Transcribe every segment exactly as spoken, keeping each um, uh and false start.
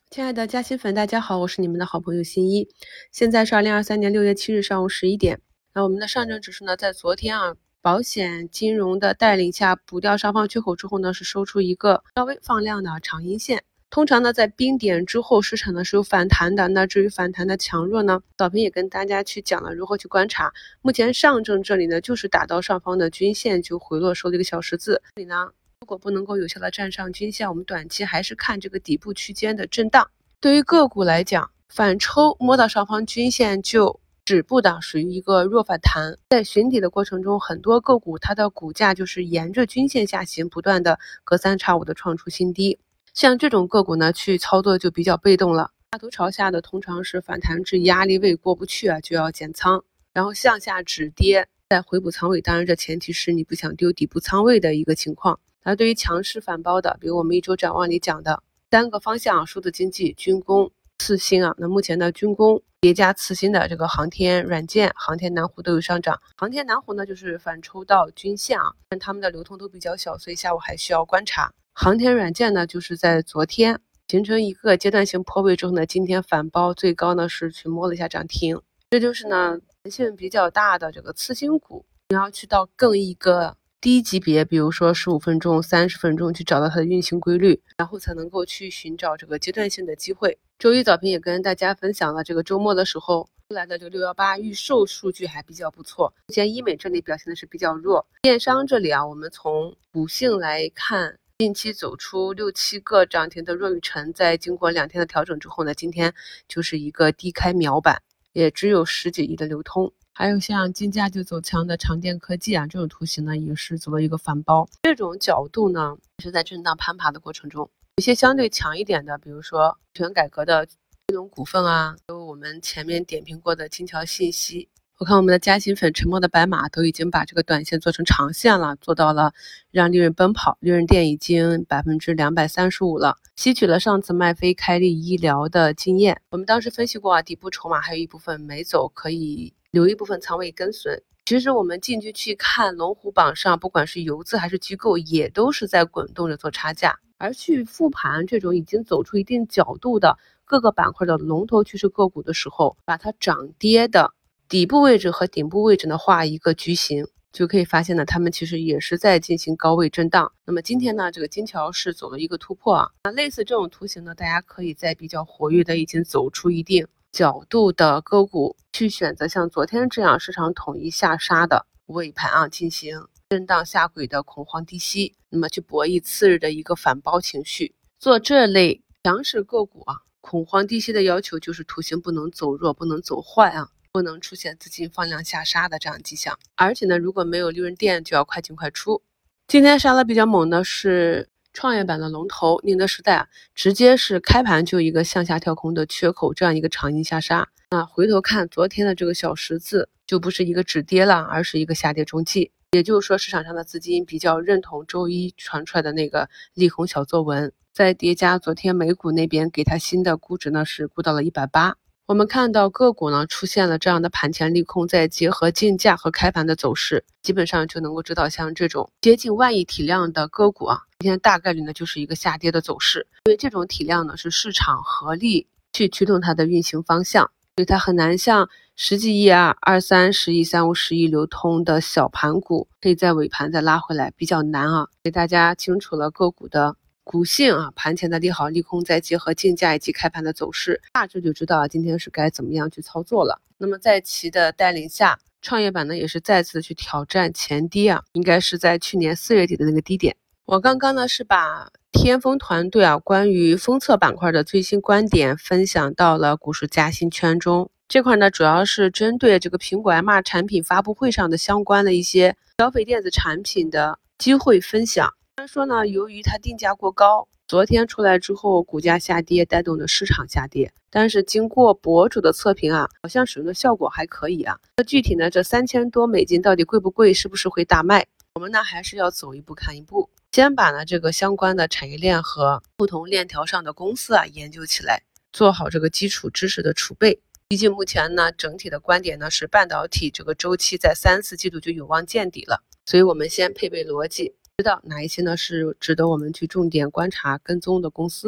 亲爱的嘉兴粉，大家好，我是你们的好朋友新一。现在是二零二三年六月七日上午十一点。那我们的上证指数呢，在昨天啊，保险金融的带领下补掉上方缺口之后呢，是收出一个稍微放量的长阴线。通常呢，在冰点之后，市场呢是有反弹的。那至于反弹的强弱呢，早评也跟大家去讲了如何去观察。目前上证这里呢，就是打到上方的均线就回落收了一个小十字。这里呢，如果不能够有效的站上均线，我们短期还是看这个底部区间的震荡。对于个股来讲，反抽摸到上方均线就止步的，属于一个弱反弹。在寻底的过程中，很多个股它的股价就是沿着均线下行，不断的隔三差五的创出新低。像这种个股呢，去操作就比较被动了。大头朝下的通常是反弹至压力位过不去啊，就要减仓，然后向下止跌再回补仓位。当然，这前提是你不想丢底部仓位的一个情况。而对于强势反包的，比如我们一周展望里讲的三个方向，数字经济、军工、次新啊。那目前的军工叠加次新的这个航天软件、航天南湖都有上涨。航天南湖呢，就是反抽到均线啊，但它们的流通都比较小，所以下午还需要观察。航天软件呢，就是在昨天形成一个阶段性破位之后呢，今天反包，最高呢是去摸了一下涨停。这就是呢弹性比较大的这个次新股，你要去到更一个低级别，比如说十五分钟、三十分钟去找到它的运行规律，然后才能够去寻找这个阶段性的机会。周一早评也跟大家分享了，这个周末的时候出来的这个六一八预售数据还比较不错。目前医美这里表现的是比较弱，电商这里啊，我们从股性来看，近期走出六七个涨停的若雨辰，在经过两天的调整之后呢，今天就是一个低开秒板，也只有十几亿的流通。还有像金价就走强的长电科技啊，这种图形呢也是走了一个反包。这种角度呢是在震荡攀爬的过程中，有些相对强一点的，比如说权改革的金融股份啊，有我们前面点评过的金桥信息。我看我们的嘉兴粉沉默的白马都已经把这个短线做成长线了，做到了让利润奔跑，利润垫已经百分之两百三十五了，吸取了上次卖飞开利医疗的经验。我们当时分析过啊，底部筹码还有一部分没走，可以留一部分仓位跟损。其实我们进去去看龙虎榜上，不管是游资还是机构，也都是在滚动着做差价。而去复盘这种已经走出一定角度的各个板块的龙头趋势个股的时候，把它涨跌的底部位置和顶部位置呢画一个矩形，就可以发现呢，它们其实也是在进行高位震荡。那么今天呢，这个金桥是走了一个突破啊。那类似这种图形呢，大家可以在比较活跃的已经走出一定角度的个股去选择像昨天这样市场统一下杀的尾盘啊，进行震荡下轨的恐慌低吸，那么去博弈次日的一个反包情绪。做这类强势个股啊，恐慌低吸的要求就是图形不能走弱，不能走坏啊，不能出现资金放量下杀的这样迹象。而且呢，如果没有利润垫，就要快进快出。今天杀的比较猛的是创业板的龙头宁德时代啊，直接是开盘就一个向下跳空的缺口，这样一个长阴下杀。那回头看昨天的这个小十字，就不是一个止跌了，而是一个下跌中继。也就是说，市场上的资金比较认同周一传出来的那个利空小作文，再叠加昨天美股那边给它新的估值呢，是估到了一百八。我们看到个股呢出现了这样的盘前利空，再结合竞价和开盘的走势，基本上就能够知道，像这种接近万亿体量的个股啊，今天大概率呢就是一个下跌的走势。因为这种体量呢是市场合力去驱动它的运行方向，所以它很难像十几亿啊、二三十亿、三五十亿流通的小盘股，可以在尾盘再拉回来，比较难啊。给大家清楚了个股的股性啊，盘前的利好利空，再结合竞价以及开盘的走势，大致就知道啊今天是该怎么样去操作了。那么在其的带领下，创业板呢也是再次去挑战前低啊，应该是在去年四月底的那个低点。我刚刚呢是把天风团队啊关于封测板块的最新观点分享到了股市嘉兴圈中。这块呢主要是针对这个苹果 M 二 产品发布会上的相关的一些消费电子产品的机会分享。虽然说呢，由于它定价过高，昨天出来之后股价下跌，带动着市场下跌。但是经过博主的测评啊，好像使用的效果还可以啊。那具体呢，这三千多美金到底贵不贵，是不是会大卖？我们呢还是要走一步看一步，先把呢这个相关的产业链和不同链条上的公司啊研究起来，做好这个基础知识的储备。毕竟目前呢，整体的观点呢是半导体这个周期在三四季度就有望见底了，所以我们先配备逻辑，知道哪一些呢是值得我们去重点观察跟踪的公司。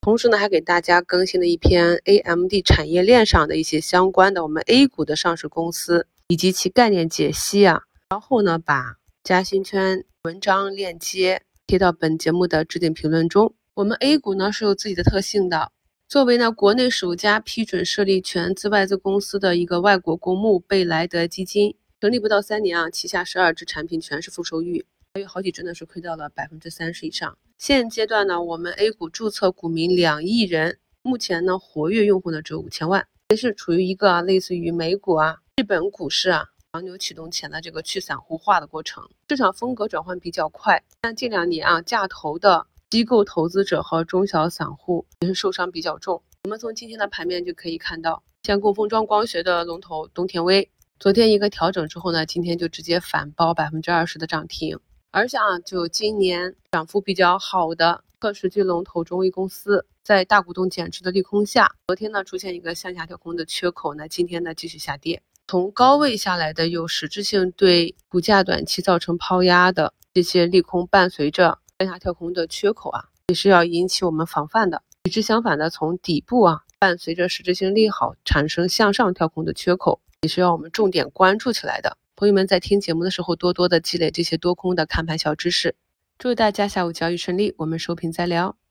同时呢，还给大家更新了一篇 A M D 产业链上的一些相关的我们 A 股的上市公司以及其概念解析啊。然后呢，把嘉兴圈文章链接贴到本节目的置顶评论中。我们 A 股呢是有自己的特性的，作为呢国内首家批准设立全资外资公司的一个外国公募贝莱德基金，成立不到三年啊，旗下十二只产品全是负收益，还有好几只呢是亏到了百分之三十以上。现阶段呢，我们 A 股注册股民两亿人，目前呢活跃用户呢只有五千万，也是处于一个啊类似于美股啊、日本股市啊黄牛启动前的这个去散户化的过程，市场风格转换比较快，但近两年啊价投的机构投资者和中小散户也是受伤比较重。我们从今天的盘面就可以看到，像供封装光学的龙头东田微，昨天一个调整之后呢，今天就直接反包百分之二十的涨停。而且啊，就今年涨幅比较好的可实际龙头中微公司，在大股东减持的利空下，昨天呢出现一个向下跳空的缺口呢，今天呢继续下跌。从高位下来的有实质性对股价短期造成抛压的这些利空，伴随着向下跳空的缺口啊，也是要引起我们防范的。与之相反的，从底部啊，伴随着实质性利好产生向上跳空的缺口，也是要我们重点关注起来的。朋友们在听节目的时候，多多的积累这些多空的看盘小知识。祝大家下午交易顺利，我们收评再聊。